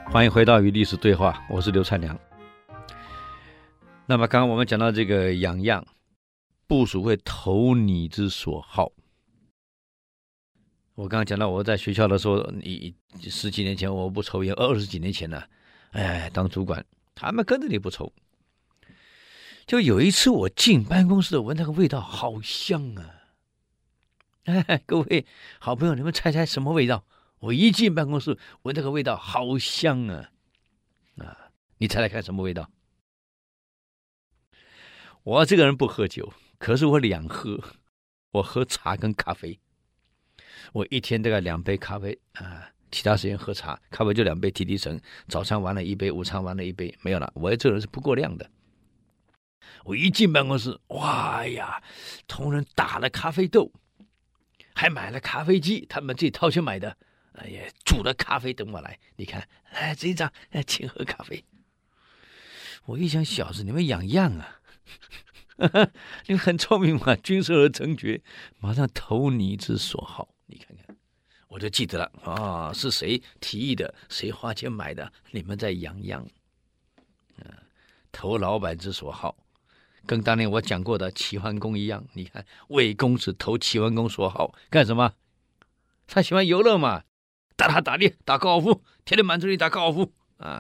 欢迎回到与历史对话，我是刘灿良。那么刚刚我们讲到这个养样，部属会投你之所好。我刚刚讲到我在学校的时候，10几年前我不抽烟，20几年前呢，当主管，他们跟着你不抽。就有一次我进办公室，闻那个味道好香啊！各位好朋友，你们猜猜什么味道？我一进办公室，闻那个味道好香啊！你猜猜看什么味道？我这个人不喝酒，可是我两喝，我喝茶跟咖啡。我一天大概2杯咖啡其他时间喝茶，咖啡就2杯提提神。早餐完了1杯，午餐完了1杯，没有了。我这个人是不过量的。我一进办公室，哇呀，同仁打了咖啡豆，还买了咖啡机，他们自己掏钱买的。煮了咖啡等我来，你看，这一张，请喝咖啡。我一想，小子，你们养样啊，你们很聪明嘛，君子而成绝，马上投你之所好。你看看，我就记得了是谁提议的，谁花钱买的，你们在养样，投老板之所好，跟当年我讲过的齐桓公一样。你看，魏公子投齐桓公所好，干什么？他喜欢游乐嘛。打猎，打高尔夫，天天满足你打高尔夫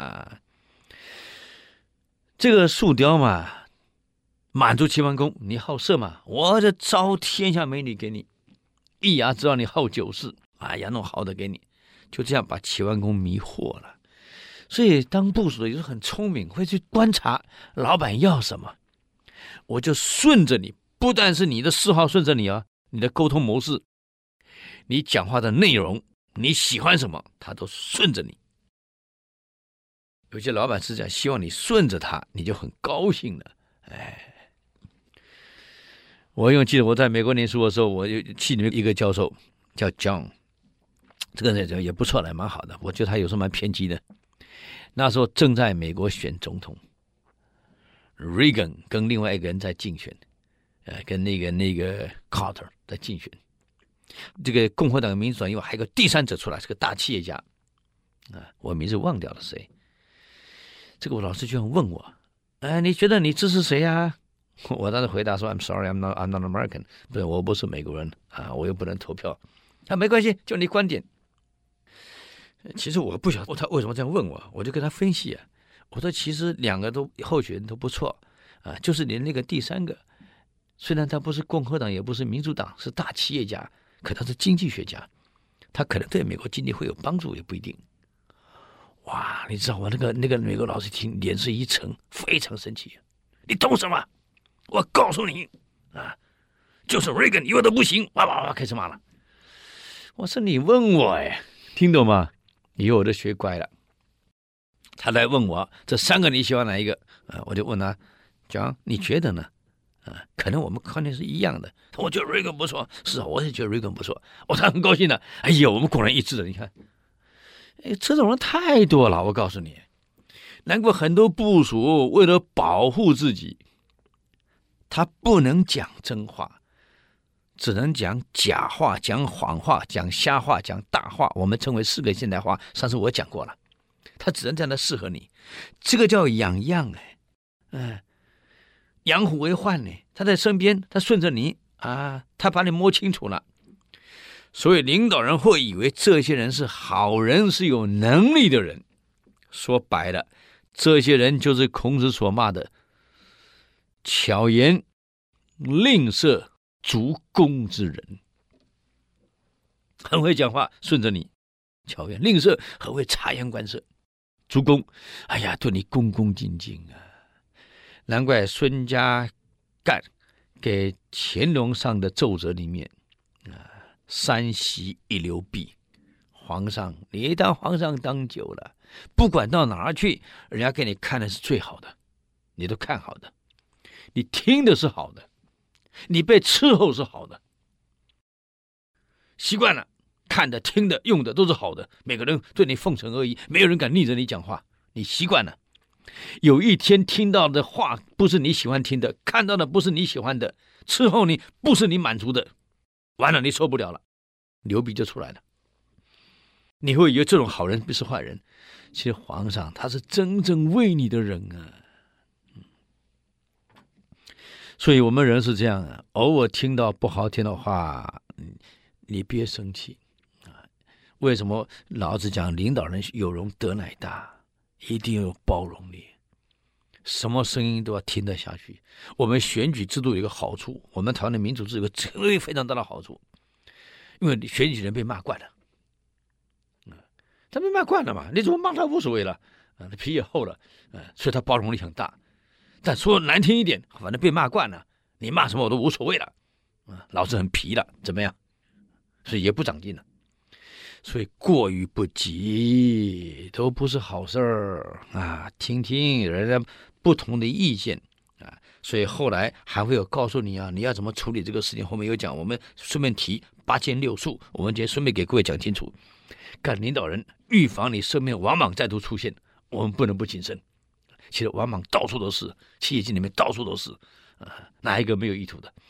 这个树雕嘛，满足齐桓公，你好色嘛，我这招天下美女给你，一牙知道你好酒事，弄好的给你，就这样把齐桓公迷惑了。所以当部属的也是很聪明，会去观察老板要什么，我就顺着你，不但是你的嗜好顺着你你的沟通模式，你讲话的内容，你喜欢什么，他都顺着你。有些老板是这样，希望你顺着他，你就很高兴了。我记得我在美国念书的时候，我系里面一个教授叫 John， 这个人也不错的，蛮好的。我觉得他有时候蛮偏激的。那时候正在美国选总统 ，Reagan 跟另外一个人在竞选，跟那个 Carter 在竞选。这个共和党民主党以外还有个第三者出来，是个大企业家我名字忘掉了谁。这个我老师就问我，你觉得你支持谁啊？我当时回答说 I'm sorry, I'm not American， 不是，我不是美国人我又不能投票。没关系，就你观点。其实我不晓得他为什么这样问我，我就跟他分析我说其实2个候选人都不错就是连那个第三个，虽然他不是共和党也不是民主党，是大企业家，可他是经济学家，他可能对美国经济会有帮助，也不一定。哇，你知道我那个美国老师听脸色一沉，非常生气。你懂什么？我告诉你就是 Reagan 以后都不行，哇开始骂了。我说你问我听懂吗？以后我就学乖了。他来问我这3个你喜欢哪一个我就问他讲你觉得呢？可能我们观念是一样的。我觉得 Reagan 不错，是我也觉得 Reagan 不错。他很高兴的。我们果然一致的。你看，这种人太多了。我告诉你，难怪很多部属为了保护自己，他不能讲真话，只能讲假话、讲谎话、讲瞎话、讲大话。我们称为4个现代化，上次我讲过了。他只能这样的适合你，这个叫养样养虎为患呢。他在身边，他顺着你他把你摸清楚了。所以领导人会以为这些人是好人，是有能力的人。说白了，这些人就是孔子所骂的巧言令色足恭之人，很会讲话，顺着你。巧言令色，很会察言观色。足恭，对你恭恭敬敬难怪孙家淦给乾隆上的奏折里面3席1流弊。皇上，你当皇上当久了，不管到哪儿去，人家给你看的是最好的，你都看好的，你听的是好的，你被伺候是好的，习惯了，看的、听的、用的都是好的，每个人对你奉承而已，没有人敢逆着你讲话，你习惯了。有一天听到的话不是你喜欢听的，看到的不是你喜欢的，伺候你不是你满足的，完了你受不了了，流鼻就出来了。 你会以为这种好人不是坏人，其实皇上他是真正为你的人啊。所以我们人是这样啊，偶尔听到不好听的话，你别生气啊。为什么老子讲领导人有容德乃大，一定要有包容力，什么声音都要听得下去。我们选举制度有一个好处，我们台湾的民主制有一个非常大的好处，因为选举人被骂惯了，他被骂惯了嘛，你怎么骂他无所谓了，皮也厚了，所以他包容力很大。但说难听一点，反正被骂惯了，你骂什么我都无所谓了，老子很皮了，怎么样？所以也不长进了。所以过于不及都不是好事儿啊！听听人家不同的意见啊，所以后来还会有告诉你啊，你要怎么处理这个事情。后面有讲，我们顺便提8件6术，我们今天顺便给各位讲清楚。干领导人预防你生命王莽再度出现，我们不能不谨慎。其实王莽到处都是，企业界里面到处都是，哪一个没有意图的？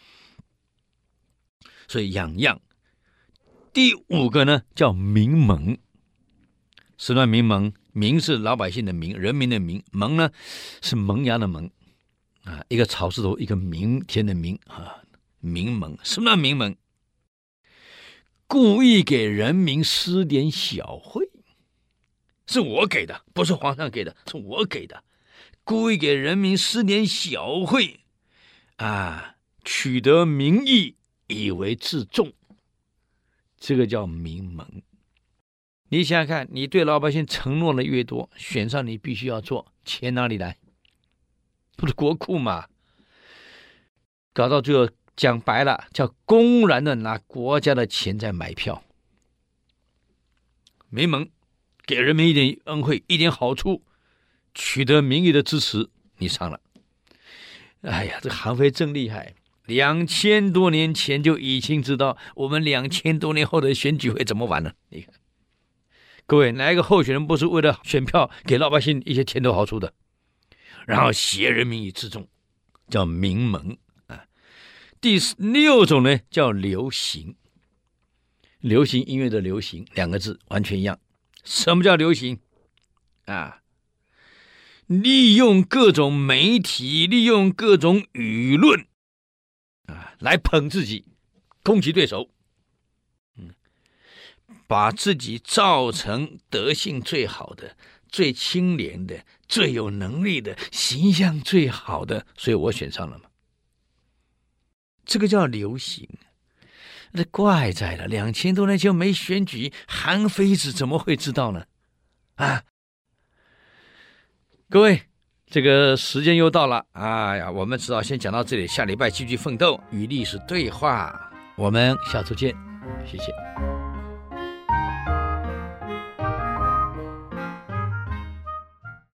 所以养样。第5个呢，叫民盟。什么民盟？民是老百姓的民，人民的民；盟呢是萌芽的萌啊，一个草字头，一个明天的明啊，民盟。什么民盟？故意给人民施点小惠，是我给的，不是皇上给的，是我给的。故意给人民施点小惠啊，取得民意，以为自重，这个叫民盟。你想想看，你对老百姓承诺的越多，选上你必须要做，钱哪里来？不是国库嘛？搞到最后讲白了，叫公然的拿国家的钱在买票。民盟给人民一点恩惠，一点好处，取得民意的支持，你上了。哎呀，这韩非真厉害，2000多年前就已经知道我们2000多年后的选举会怎么玩了。你看，各位，哪一个候选人不是为了选票给老百姓一些甜头好处的？然后挟人民以自重，叫民盟啊。第6种呢，叫流行。流行音乐的流行2个字完全一样。什么叫流行啊？利用各种媒体，利用各种舆论啊，来捧自己，攻击对手，把自己造成德性最好的、最清廉的、最有能力的、形象最好的，所以我选上了嘛。这个叫流行。这怪在了，2000多年前没选举，韩非子怎么会知道呢？啊！各位，这个时间又到了，哎呀，我们只好先讲到这里，下礼拜继续奋斗，与历史对话，我们下周见，谢谢。